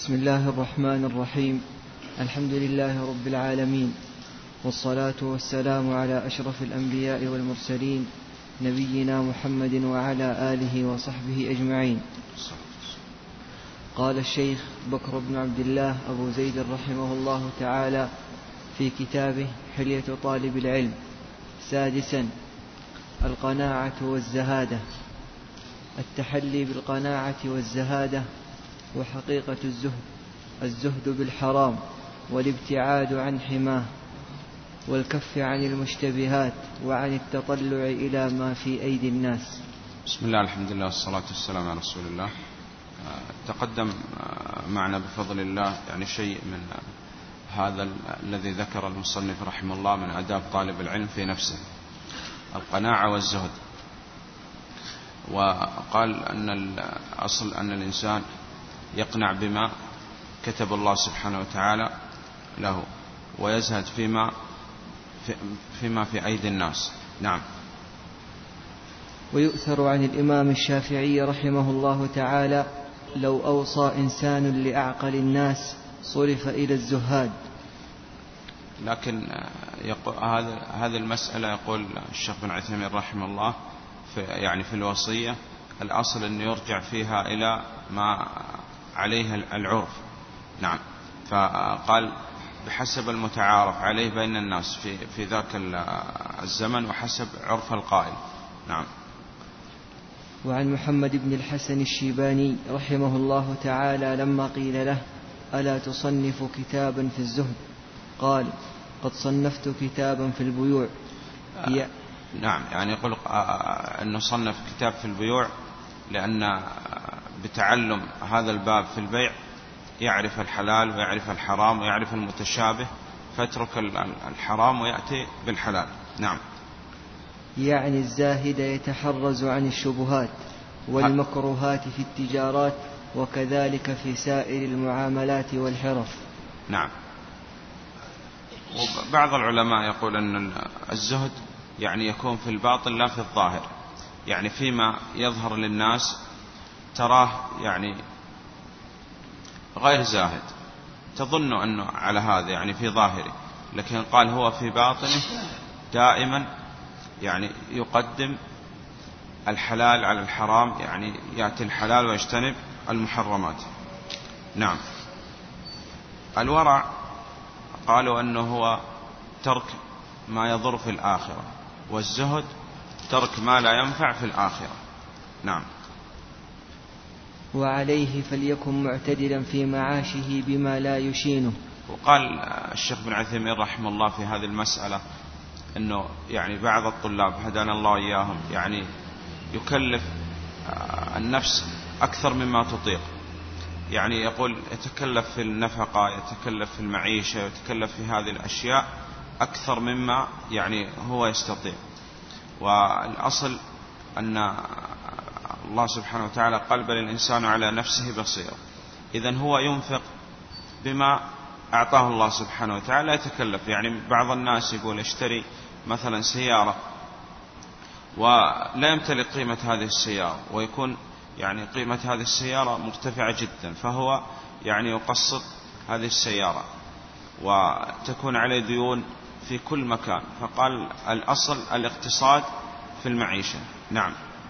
بسم الله الرحمن الرحيم. الحمد لله رب العالمين، والصلاة والسلام على أشرف الأنبياء والمرسلين، نبينا محمد وعلى آله وصحبه أجمعين. قال الشيخ بكر بن عبد الله أبو زيد رحمه الله تعالى في كتابه حلية طالب العلم: سادسا، القناعة والزهادة. التحلي بالقناعة والزهادة وحقيقة الزهد بالحرام والابتعاد عن حماه والكف عن المشتبهات وعن التطلع إلى ما في أيدي الناس. بسم الله، الحمد لله، والصلاة والسلام على رسول الله. تقدم معنا بفضل الله يعني شيء من هذا الذي ذكر المصنف رحمه الله من آداب طالب العلم في نفسه، القناعة والزهد. وقال أن الأصل أن الإنسان يقنع بما كتب الله سبحانه وتعالى له، ويزهد فيما في أيدي الناس. نعم. ويؤثر عن الإمام الشافعي رحمه الله تعالى: لو أوصى إنسان لأعقل الناس صرف إلى الزهاد. لكن هذه المسألة يقول الشيخ بن عثيمين رحمه الله في الوصية الأصل أن يرجع فيها إلى ما عليه العرف. نعم. فقال بحسب المتعارف عليه بين الناس في ذاك الزمن وحسب عرف القائل. نعم. وعن محمد بن الحسن الشيباني رحمه الله تعالى لما قيل له: ألا تصنف كتابا في الزهد؟ قال: قد صنفت كتابا في البيوع. نعم، يعني يقول أنه صنف كتاب في البيوع لأن بتعلم هذا الباب في البيع يعرف الحلال ويعرف الحرام ويعرف المتشابه، فاترك الحرام ويأتي بالحلال. نعم. يعني الزاهد يتحرز عن الشبهات والمكروهات في التجارات، وكذلك في سائر المعاملات والحرف. نعم. وبعض العلماء يقول أن الزهد يعني يكون في الباطن لا في الظاهر، يعني فيما يظهر للناس تراه يعني غير زاهد، تظن أنه على هذا يعني في ظاهره، لكن قال هو في باطنه دائما يعني يقدم الحلال على الحرام، يعني يأتي الحلال ويجتنب المحرمات. نعم. الورع قالوا أنه هو ترك ما يضر في الآخرة، والزهد ترك ما لا ينفع في الآخرة. نعم. وعليه فليكن معتدلا في معاشه بما لا يشينه. وقال الشيخ بن عثيمين رحمه الله في هذه المسألة أنه يعني بعض الطلاب هدانا الله إياهم يعني يكلف النفس أكثر مما تطيق، يعني يقول يتكلف في النفقة، يتكلف في المعيشة، يتكلف في هذه الأشياء أكثر مما يعني هو يستطيع. والأصل أن الله سبحانه وتعالى قال: بل الإنسان على نفسه بصيرة. إذن هو ينفق بما أعطاه الله سبحانه وتعالى، يتكلف. يعني بعض الناس يقول اشتري مثلا سيارة ولا يمتلك قيمة هذه السيارة، ويكون يعني قيمة هذه السيارة مرتفعة جدا، فهو يعني يقسط هذه السيارة وتكون عليه ديون في كل مكان. فقال الأصل الاقتصاد في المعيشة. نعم.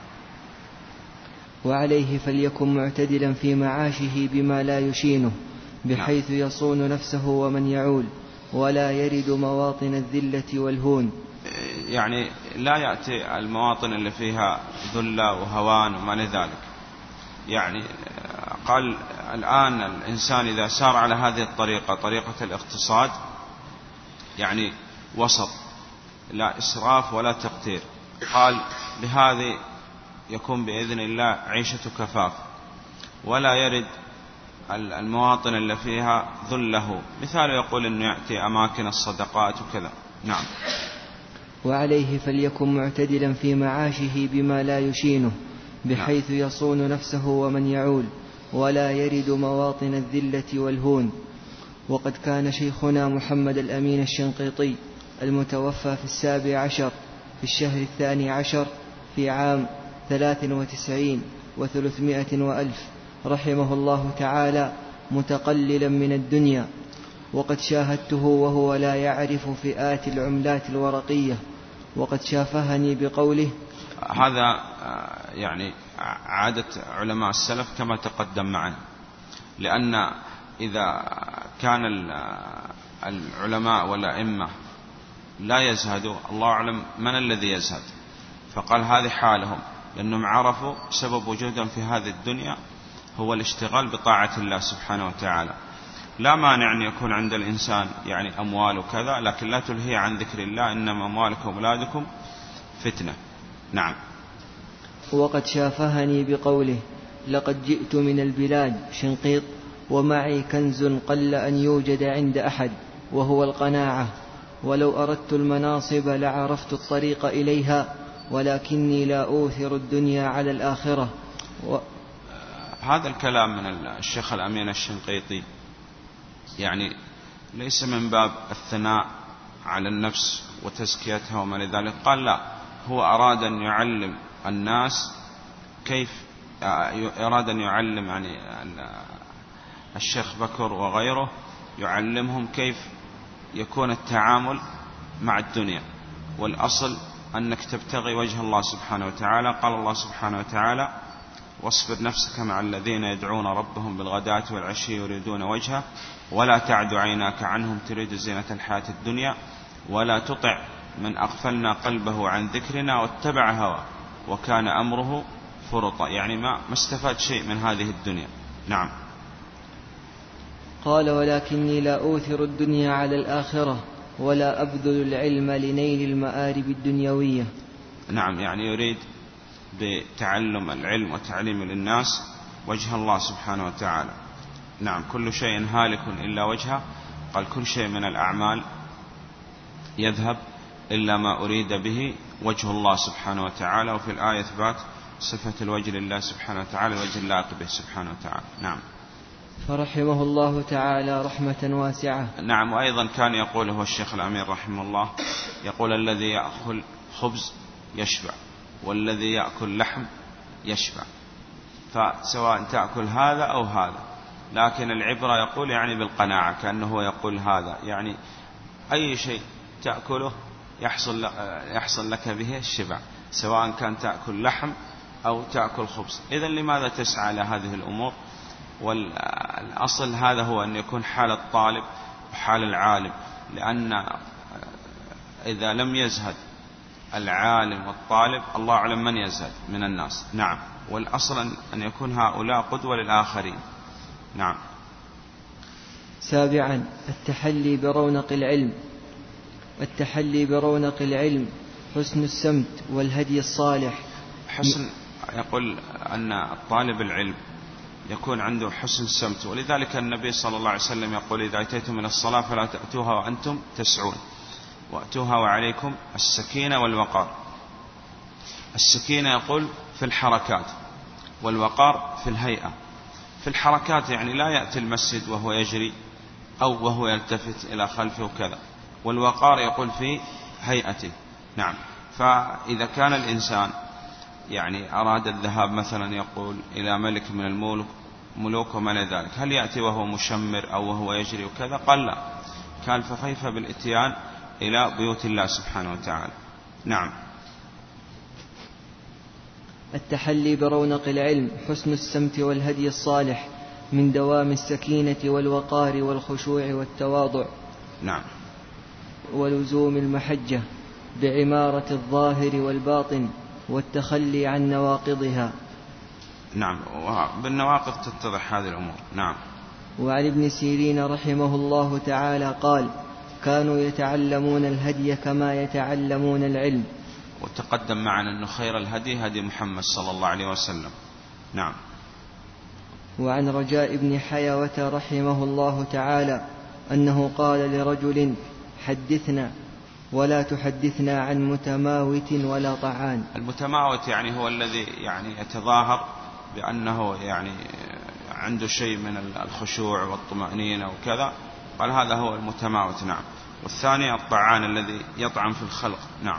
وعليه فليكن معتدلا في معاشه بما لا يشينه، بحيث يصون نفسه ومن يعول، ولا يرد مواطن الذلة والهون. يعني لا يأتي المواطن اللي فيها ذلة وهوان وما لذلك. يعني قال الآن الإنسان إذا سار على هذه الطريقة، طريقة الاقتصاد، يعني وسط، لا إسراف ولا تقتير، قال بهذه يكون بإذن الله عيشة كفاف، ولا يرد المواطن اللي فيها ذله. مثال يقول أنه يأتي أماكن الصدقات وكذا. نعم. وعليه فليكن معتدلا في معاشه بما لا يشينه، بحيث يصون نفسه ومن يعول، ولا يرد مواطن الذلة والهون. وقد كان شيخنا محمد الأمين الشنقيطي المتوفى في 17 في الشهر 12 في عام 93 و300 وألف رحمه الله تعالى متقللا من الدنيا، وقد شاهدته وهو لا يعرف فئات العملات الورقية، وقد شافهني بقوله. هذا يعني عادة علماء السلف كما تقدم معنا، لأن إذا كان العلماء والأئمة لا يزهدوا، الله أعلم من الذي يزهد، فقال هذه حالهم، لأنهم عرفوا سبب وجودهم في هذه الدنيا هو الاشتغال بطاعة الله سبحانه وتعالى. لا مانع أن يكون عند الإنسان يعني أموال وكذا، لكن لا تلهي عن ذكر الله، إنما أموالكم وأولادكم فتنة. نعم. وقد شافهني بقوله: لقد جئت من البلاد شنقيط ومعي كنز قل أن يوجد عند أحد، وهو القناعة، ولو أردت المناصب لعرفت الطريق إليها، ولكني لا أوثر الدنيا على الآخرة. هذا الكلام من الشيخ الأمين الشنقيطي يعني ليس من باب الثناء على النفس وتزكيتها وما لذلك، قال لا، هو أراد أن يعلم الناس كيف، أراد أن يعلم يعني الشيخ بكر وغيره، يعلمهم كيف يكون التعامل مع الدنيا، والأصل أنك تبتغي وجه الله سبحانه وتعالى. قال الله سبحانه وتعالى: واصبر نفسك مع الذين يدعون ربهم بالغداة والعشي يريدون وجهه ولا تعد عيناك عنهم تريد زينة الحياة الدنيا ولا تطع من أغفلنا قلبه عن ذكرنا واتبع هواه وكان أمره فرطا. يعني ما استفاد شيء من هذه الدنيا. نعم. قال: ولكني لا أوثر الدنيا على الآخرة ولا أبذل العلم لنيل المآرب الدنيوية. نعم، يعني يريد بتعلم العلم وتعليم للناس وجه الله سبحانه وتعالى. نعم، كل شيء هالك إلا وجهه، قال كل شيء من الأعمال يذهب إلا ما أريد به وجه الله سبحانه وتعالى. وفي الآية إثبات صفة الوجه لله سبحانه وتعالى، الوجه اللائق به سبحانه وتعالى. نعم. فرحمه الله تعالى رحمة واسعة. نعم. وأيضا كان يقول هو الشيخ الأمير رحمه الله، يقول: الذي يأكل خبز يشبع، والذي يأكل لحم يشبع، فسواء تأكل هذا أو هذا، لكن العبرة يقول يعني بالقناعة، كأنه يقول هذا يعني أي شيء تأكله يحصل لك به الشبع، سواء كان تأكل لحم أو تأكل خبز. إذن لماذا تسعى على هذه الأمور؟ والأصل هذا هو أن يكون حال الطالب وحال العالم، لأن إذا لم يزهد العالم والطالب الله أعلم من يزهد من الناس. نعم. والأصل أن يكون هؤلاء قدوة للآخرين. نعم. سابعا: التحلي برونق العلم حسن السمت والهدي الصالح. يقول أن الطالب العلم يكون عنده حسن السمت، ولذلك النبي صلى الله عليه وسلم يقول: إذا أتيتم من الصلاة فلا تأتوها وأنتم تسعون، وأتوها وعليكم السكينة والوقار. السكينة يقول في الحركات، والوقار في الهيئة. في الحركات يعني لا يأتي المسجد وهو يجري أو وهو يلتفت إلى خلفه وكذا، والوقار يقول في هيئته. نعم. فإذا كان الإنسان يعني أراد الذهاب مثلا يقول إلى ملك من الملوك وما إلى ذلك، هل يأتي وهو مشمر أو وهو يجري وكذا؟ قال لا، كان فكيف بالإتيان إلى بيوت الله سبحانه وتعالى. نعم. التحلي برونق العلم حسن السمت والهدي الصالح من دوام السكينة والوقار والخشوع والتواضع. نعم. ولزوم المحجة بعمارة الظاهر والباطن والتخلي عن نواقضها. نعم. وبالنواقض تتضح هذه الأمور. نعم. وعن ابن سيرين رحمه الله تعالى قال: كانوا يتعلمون الهدي كما يتعلمون العلم. وتقدم معنا أن خير الهدي هدي محمد صلى الله عليه وسلم. نعم. وعن رجاء بن حيوة رحمه الله تعالى أنه قال لرجل: حدثنا ولا تحدثنا عن متماوت ولا طعان. المتماوت يعني هو الذي يعني يتظاهر بأنه يعني عنده شيء من الخشوع والطمأنينة وكذا، قال هذا هو المتماوت. نعم. والثاني الطعان الذي يطعن في الخلق. نعم.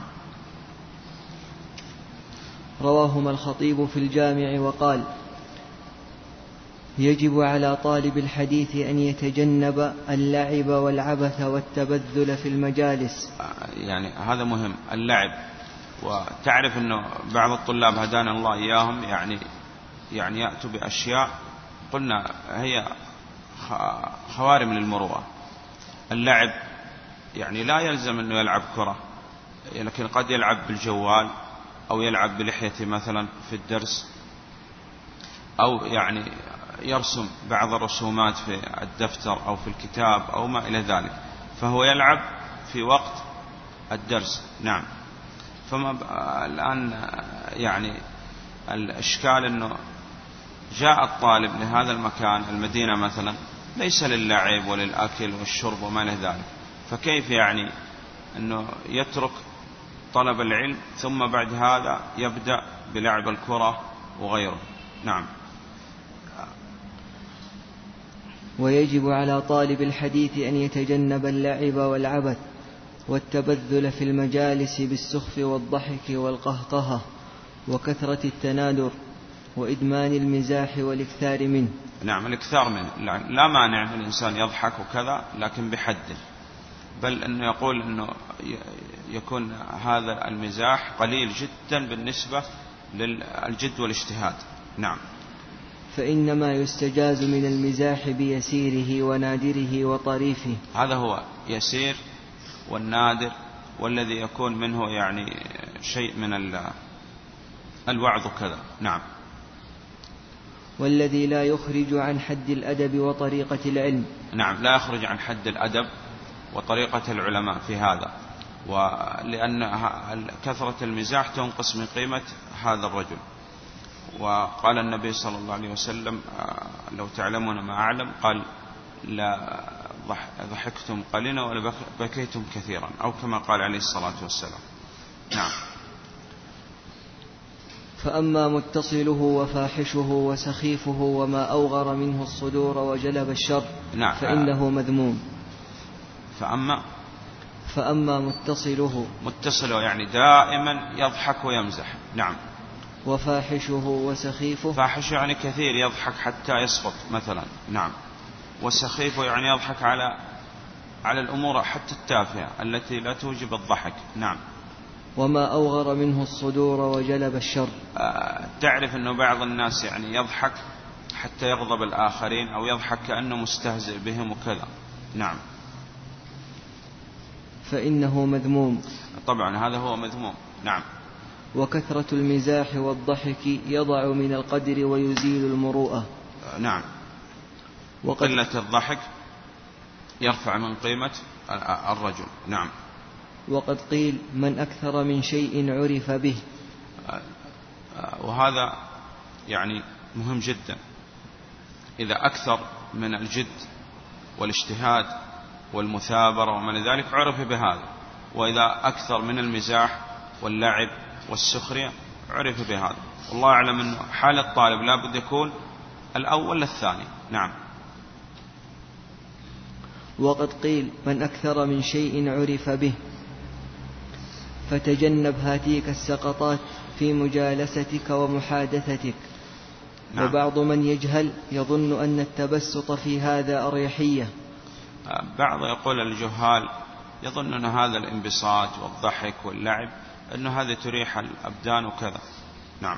رواهما الخطيب في الجامع وقال: يجب على طالب الحديث أن يتجنب اللعب والعبث والتبذل في المجالس. يعني هذا مهم، اللعب. وتعرف أنه بعض الطلاب هدانا الله إياهم يعني يأتوا بأشياء قلنا هي خوارم للمروءة. اللعب يعني لا يلزم أنه يلعب كرة، لكن قد يلعب بالجوال أو يلعب بلحيته مثلا في الدرس، أو يعني يرسم بعض الرسومات في الدفتر أو في الكتاب أو ما إلى ذلك، فهو يلعب في وقت الدرس. نعم. فما الآن يعني الإشكال أنه جاء الطالب لهذا المكان المدينة مثلا ليس للعب وللأكل والشرب وما إلى ذلك، فكيف يعني أنه يترك طلب العلم ثم بعد هذا يبدأ بلعب الكرة وغيره؟ نعم. ويجب على طالب الحديث أن يتجنب اللعب والعبث والتبذل في المجالس بالسخف والضحك والقهقهة وكثرة التنادر وإدمان المزاح والإكثار منه. نعم، الإكثار منه لا مانع من الإنسان يضحك وكذا، لكن بحد، بل أنه يقول أنه يكون هذا المزاح قليل جدا بالنسبة للجد والاجتهاد. نعم. فإنما يستجاز من المزاح بيسيره ونادره وطريفه. هذا هو يسير والنادر، والذي يكون منه يعني شيء من الوعظ كذا. نعم. والذي لا يخرج عن حد الأدب وطريقة العلم. نعم، لا يخرج عن حد الأدب وطريقة العلماء في هذا، ولأن كثرة المزاح تنقص من قيمة هذا الرجل. وقال النبي صلى الله عليه وسلم لو تعلمون ما أعلم، قال لا ضحكتم قليلا ولا بكيتم كثيرا، أو كما قال عليه الصلاة والسلام. نعم. فأما متصله وفاحشه وسخيفه وما أوغر منه الصدور وجلب الشر، نعم، فإنه مذموم. فأما متصله يعني دائما يضحك ويمزح. نعم. وفاحشه وسخيفه، فاحش يعني كثير يضحك حتى يسقط مثلا. نعم. والسخيف يعني يضحك على الأمور حتى التافهة التي لا توجب الضحك. نعم. وما أوغر منه الصدور وجلب الشر. تعرف أنه بعض الناس يعني يضحك حتى يغضب الآخرين، أو يضحك كأنه مستهزئ بهم وكذا. نعم. فإنه مذموم. طبعا هذا هو مذموم. نعم. وكثرة المزاح والضحك يضع من القدر ويزيل المروءة. نعم. وقلة الضحك يرفع من قيمة الرجل. نعم. وقد قيل من أكثر من شيء عرف به. وهذا يعني مهم جدا. إذا أكثر من الجد والاجتهاد والمثابرة ومن ذلك عرف بهذا، وإذا أكثر من المزاح واللعب والسخرية عرف بهذا. والله أعلم أن حال الطالب لا بد يكون الأول الثاني. نعم. وقد قيل من أكثر من شيء عرف به، فتجنب هاتيك السقطات في مجالستك ومحادثتك. نعم. وبعض من يجهل يظن أن التبسط في هذا أريحية. بعض يقول الجهال يظن أن هذا الانبساط والضحك واللعب أن هذا تريح الأبدان وكذا. نعم.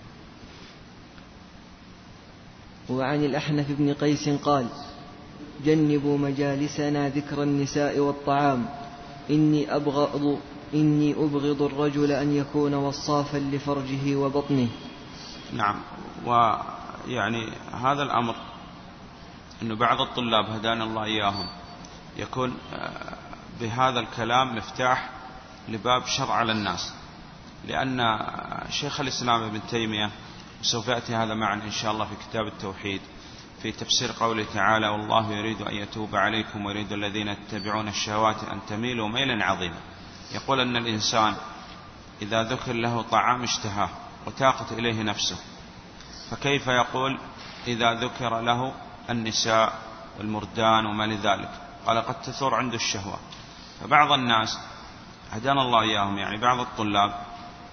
وعن الأحنف بن قيس قال: جنبوا مجالسنا ذكر النساء والطعام، إني أبغض الرجل أن يكون وصافا لفرجه وبطنه. نعم. ويعني هذا الأمر أن بعض الطلاب هدانا الله إياهم يكون بهذا الكلام مفتاح لباب شر على الناس، لأن شيخ الإسلام ابن تيمية، وسوف يأتي هذا معنا إن شاء الله في كتاب التوحيد في تفسير قوله تعالى: والله يريد أن يتوب عليكم ويريد الذين يتبعون الشهوات أن تميلوا ميلا عظيما. يقول أن الإنسان إذا ذكر له طعام اشتهاه وتاقت إليه نفسه، فكيف يقول إذا ذكر له النساء والمردان وما لذلك؟ قال قد تثور عنده الشهوة. فبعض الناس هدانا الله إياهم يعني بعض الطلاب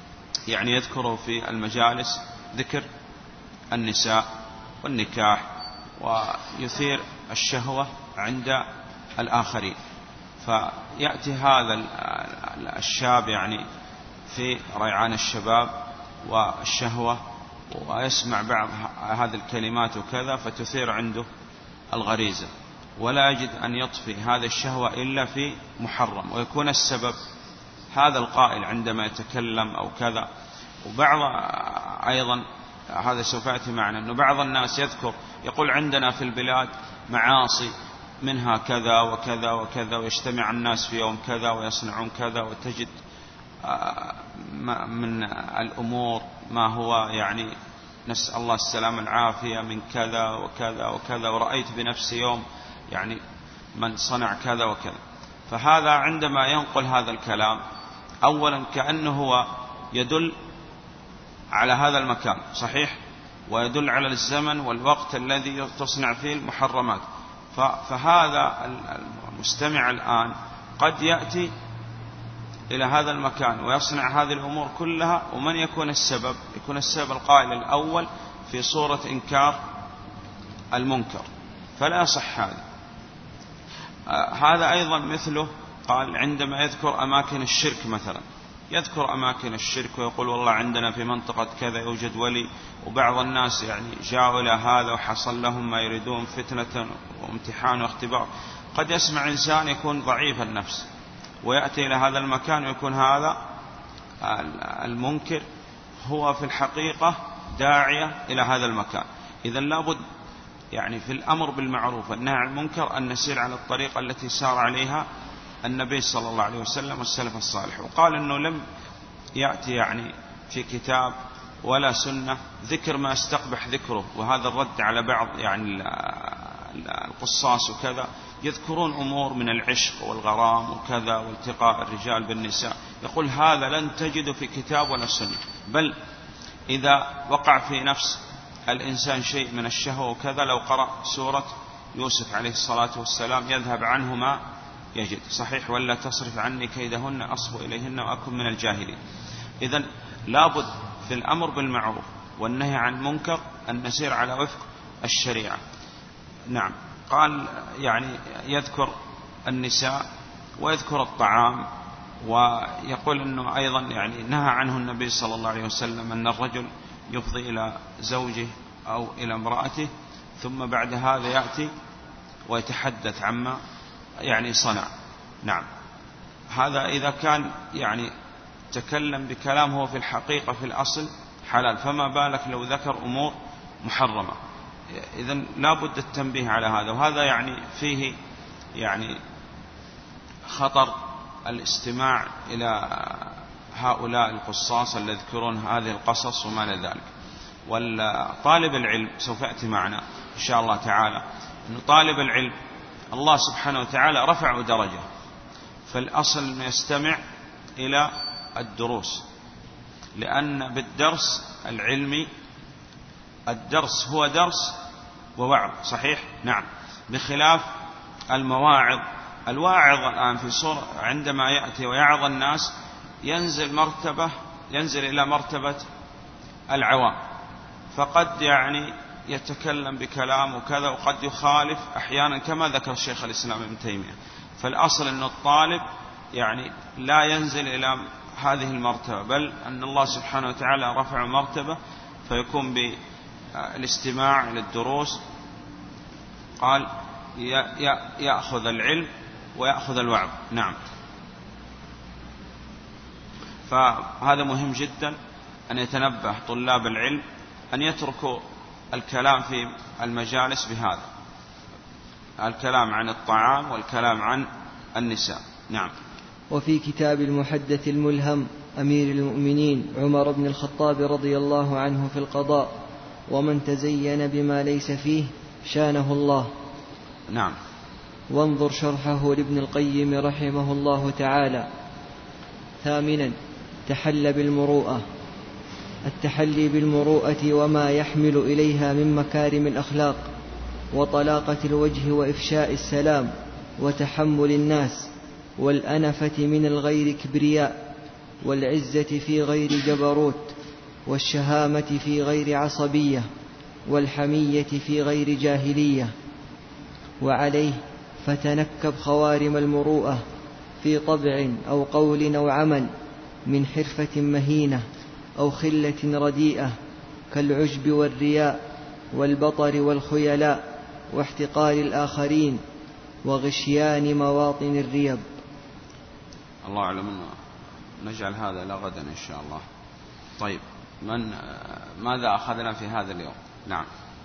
يعني يذكروا في المجالس ذكر النساء والنكاح ويثير الشهوة عند الآخرين. فيأتي هذا الشاب يعني في ريعان الشباب والشهوة ويسمع بعض هذه الكلمات وكذا، فتثير عنده الغريزة، ولا يجد أن يطفي هذه الشهوة إلا في محرم، ويكون السبب هذا القائل عندما يتكلم أو كذا. وبعض أيضا هذا سوف يأتي معنا أنه بعض الناس يذكر يقول عندنا في البلاد معاصي منها كذا وكذا وكذا، ويجتمع الناس في يوم كذا ويصنعون كذا، وتجد من الأمور ما هو يعني نسأل الله السلام العافية من كذا وكذا وكذا، ورأيت بنفسي يوم يعني من صنع كذا وكذا. فهذا عندما ينقل هذا الكلام أولا كأنه هو يدل على هذا المكان صحيح، ويدل على الزمن والوقت الذي تصنع فيه المحرمات. فهذا المستمع الآن قد يأتي إلى هذا المكان ويصنع هذه الأمور كلها، ومن يكون السبب؟ يكون السبب القائل الأول في صورة إنكار المنكر، فلا يصح هذا. هذا أيضا مثله قال عندما يذكر أماكن الشرك مثلا، يذكر أماكن الشرك ويقول والله عندنا في منطقة كذا يوجد ولي، وبعض الناس يعني جاءوا إلى هذا وحصل لهم ما يريدون فتنة وامتحان واختبار. قد يسمع إنسان يكون ضعيف النفس ويأتي إلى هذا المكان ويكون هذا المنكر هو في الحقيقة داعية إلى هذا المكان. إذن لابد يعني في الأمر بالمعروف والنهي عن المنكر أن نسير على الطريقة التي سار عليها النبي صلى الله عليه وسلم والسلف الصالح. وقال أنه لم يأتي يعني في كتاب ولا سنة ذكر ما استقبح ذكره، وهذا الرد على بعض يعني القصاص وكذا، يذكرون أمور من العشق والغرام وكذا والتقاء الرجال بالنساء، يقول هذا لن تجد في كتاب ولا سنة. بل إذا وقع في نفس الإنسان شيء من الشهوة وكذا، لو قرأ سورة يوسف عليه الصلاة والسلام يذهب عنه ما يجد صحيح، ولا تصرف عني كيدهن أصب إليهن وأكن من الجاهلين. إذن لابد في الأمر بالمعروف والنهي عن المنكر أن نسير على وفق الشريعة. نعم. قال يعني يذكر النساء ويذكر الطعام، ويقول أنه أيضا يعني نهى عنه النبي صلى الله عليه وسلم أن الرجل يفضي إلى زوجه أو إلى امرأته ثم بعد هذا يأتي ويتحدث عما يعني صنع. نعم. هذا إذا كان يعني تكلم بكلام هو في الحقيقة في الأصل حلال، فما بالك لو ذكر أمور محرمة. إذن لا بد التنبيه على هذا، وهذا يعني فيه يعني خطر الاستماع إلى هؤلاء القصاص الذين يذكرون هذه القصص وما لذلك. والطالب العلم سوف يأتي معنا إن شاء الله تعالى أن طالب العلم الله سبحانه وتعالى رفع درجة، فالأصل أن يستمع إلى الدروس، لأن بالدرس العلمي الدرس هو درس ووعظ صحيح. نعم. بخلاف المواعظ، الواعظ الآن في صورة عندما يأتي ويعظ الناس ينزل إلى مرتبة العوام، فقد يعني يتكلم بكلام وكذا، وقد يخالف أحيانا كما ذكر الشيخ الإسلام ابن تيمية. فالأصل أن الطالب يعني لا ينزل إلى هذه المرتبة، بل أن الله سبحانه وتعالى رفع مرتبة فيكون بالاستماع للدروس. قال يأخذ العلم ويأخذ الوعظ. نعم. فهذا مهم جدا أن يتنبه طلاب العلم أن يتركوا الكلام في المجالس بهذا الكلام عن الطعام والكلام عن النساء. نعم. وفي كتاب المحدث الملهم أمير المؤمنين عمر بن الخطاب رضي الله عنه في القضاء: ومن تزين بما ليس فيه شانه الله. نعم. وانظر شرحه لابن القيم رحمه الله تعالى. 8. تحل بالمروءة. التحلي بالمروءة وما يحمل إليها من مكارم الأخلاق وطلاقة الوجه وإفشاء السلام وتحمل الناس والأنفة من الغير كبرياء والعزة في غير جبروت والشهامة في غير عصبية والحمية في غير جاهلية. وعليه فتنكب خوارم المروءة في طبع أو قول أو عمل من حرفة مهينة أو خلة رديئة كالعجب والرياء والبطر والخيلاء واحتقار الآخرين وغشيان مواطن الريب. الله أعلم. نجعل هذا إلى غدا إن شاء الله. طيب، ماذا أخذنا في هذا اليوم؟ نعم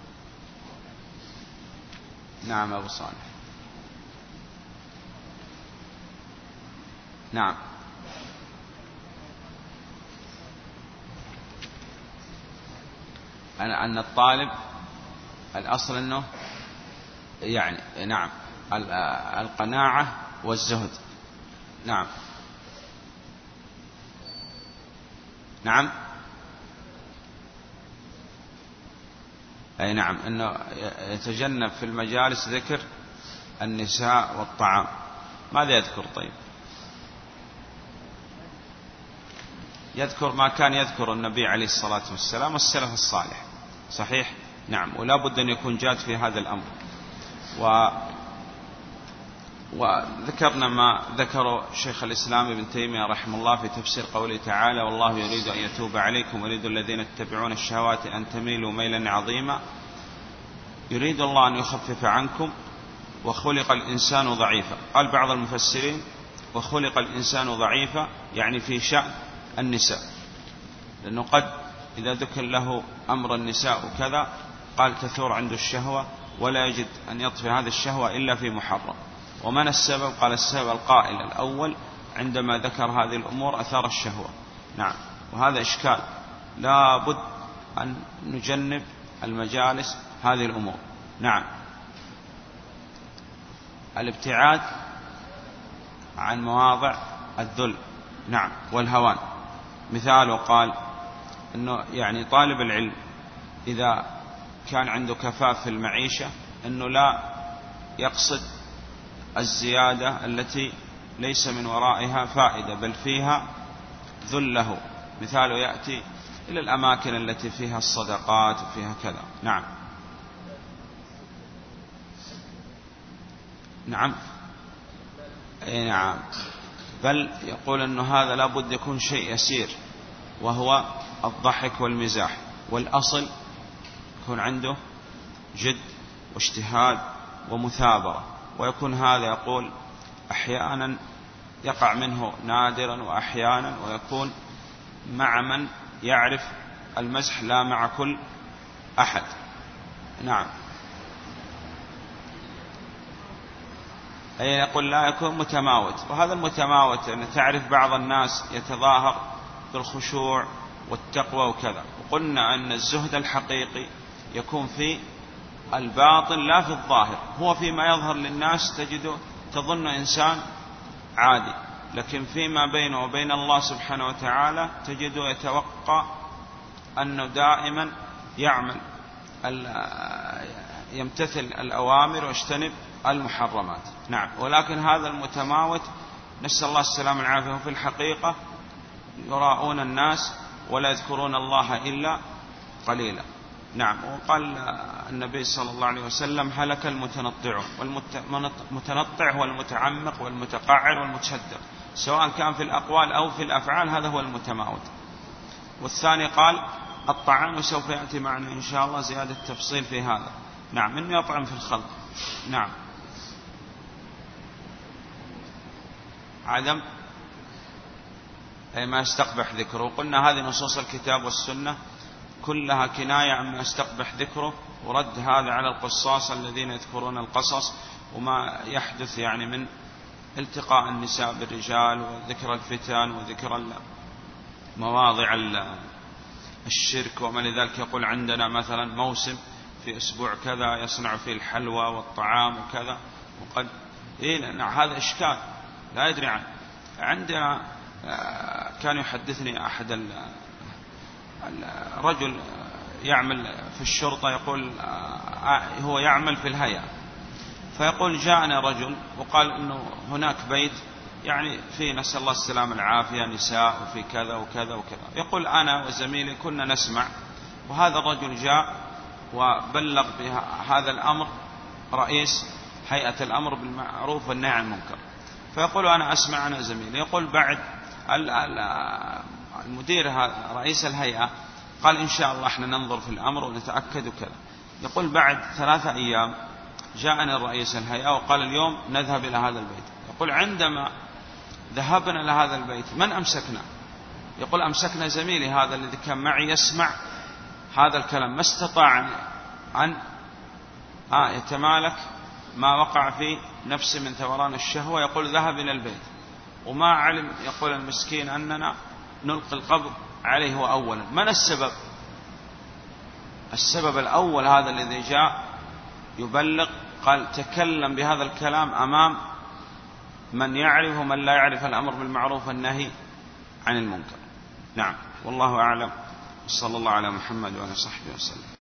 نعم أبو صالح. نعم أن الطالب الأصل أنه يعني نعم القناعة والزهد. نعم نعم أي نعم أنه يتجنب في المجالس ذكر النساء والطعام. ماذا يذكر؟ طيب يذكر ما كان يذكر النبي عليه الصلاة والسلام والسلف الصالح. صحيح. نعم. ولا بد أن يكون جاد في هذا الأمر. وذكرنا ما ذكر شيخ الإسلام ابن تيمية رحمه الله في تفسير قوله تعالى: والله يريد أن يتوب عليكم ويريد الذين يتبعون الشهوات أن تميلوا ميلا عظيما. يريد الله أن يخفف عنكم وخلق الإنسان ضعيفا. قال بعض المفسرين: وخلق الإنسان ضعيفا يعني في شأن النساء، لأنه قد إذا ذكر له أمر النساء وكذا قال تثور عنده الشهوة ولا يجد أن يطفي هذه الشهوة إلا في محرم. ومن السبب؟ قال السبب القائل الأول عندما ذكر هذه الأمور أثار الشهوة. نعم. وهذا إشكال، لا بد أن نجنب المجالس هذه الأمور. نعم. الابتعاد عن مواضع الذل. نعم. والهوان. مثاله قال أنه يعني طالب العلم إذا كان عنده كفاف في المعيشة أنه لا يقصد الزيادة التي ليس من ورائها فائدة بل فيها ذل له. مثاله يأتي إلى الأماكن التي فيها الصدقات وفيها كذا. نعم نعم أي نعم. بل يقول أنه هذا لا بد يكون شيء يسير وهو الضحك والمزاح، والأصل يكون عنده جد واجتهاد ومثابرة. ويكون هذا يقول أحيانا يقع منه نادرا وأحيانا، ويكون مع من يعرف المزح لا مع كل أحد. نعم. أي يقول لا يكون متماوت. وهذا المتماوت أن تعرف بعض الناس يتظاهر بالخشوع والتقوى وكذا. وقلنا أن الزهد الحقيقي يكون في الباطن لا في الظاهر. هو فيما يظهر للناس تجده تظن إنسان عادي، لكن فيما بينه وبين الله سبحانه وتعالى تجده يتوقع أنه دائما يمتثل الأوامر ويجتنب المحرمات. نعم. ولكن هذا المتماوت نسأل الله السلامة والعافية في الحقيقة يراؤون الناس ولا يذكرون الله إلا قليلا. نعم. وقال النبي صلى الله عليه وسلم: هلك المتنطعون. والمتنطع هو المتعمق والمتقعر والمتشدق، سواء كان في الأقوال أو في الأفعال، هذا هو المتماوت. والثاني قال الطعام، وسوف يأتي معنا إن شاء الله زيادة تفصيل في هذا. نعم. إنه يطعم في الخلق. نعم. عدم أي ما يستقبح ذكره. وقلنا هذه نصوص الكتاب والسنة كلها كناية عما يستقبح ذكره، ورد هذا على القصاص الذين يذكرون القصص وما يحدث يعني من التقاء النساء بالرجال وذكر الفتن وذكر مواضع الشرك وما لذلك. يقول عندنا مثلا موسم في أسبوع كذا يصنع فيه الحلوى والطعام وكذا، وقد هذا إشكال لا يدري عنه. عندنا كان يحدثني أحد الرجل يعمل في الشرطة، يقول هو يعمل في الهيئة، فيقول جاءنا رجل وقال إنه هناك بيت يعني في نسأل الله السلامة العافية نساء وفي كذا وكذا وكذا. يقول أنا وزميلي كنا نسمع، وهذا الرجل جاء وبلغ بهذا الأمر رئيس هيئة الأمر بالمعروف والنهي عن المنكر، فيقول أنا أسمع أنا زميلي، يقول بعد المدير رئيس الهيئة قال إن شاء الله احنا ننظر في الأمر ونتأكد وكذا، يقول بعد 3 أيام جاءني الرئيس الهيئة وقال اليوم نذهب إلى هذا البيت، يقول عندما ذهبنا إلى هذا البيت من أمسكنا؟ يقول أمسكنا زميلي هذا الذي كان معي يسمع هذا الكلام، ما استطاع أن يتمالك ما وقع في نفسه من ثوران الشهوة، يقول ذهب إلى البيت وما علم، يقول المسكين أننا نلقي القبض عليه هو أولا. من السبب؟ السبب الأول هذا الذي جاء يبلغ، قال تكلم بهذا الكلام أمام من يعرف ومن لا يعرف الأمر بالمعروف والنهي عن المنكر. نعم، والله أعلم، صلى الله على محمد وعلى صحبه وسلم.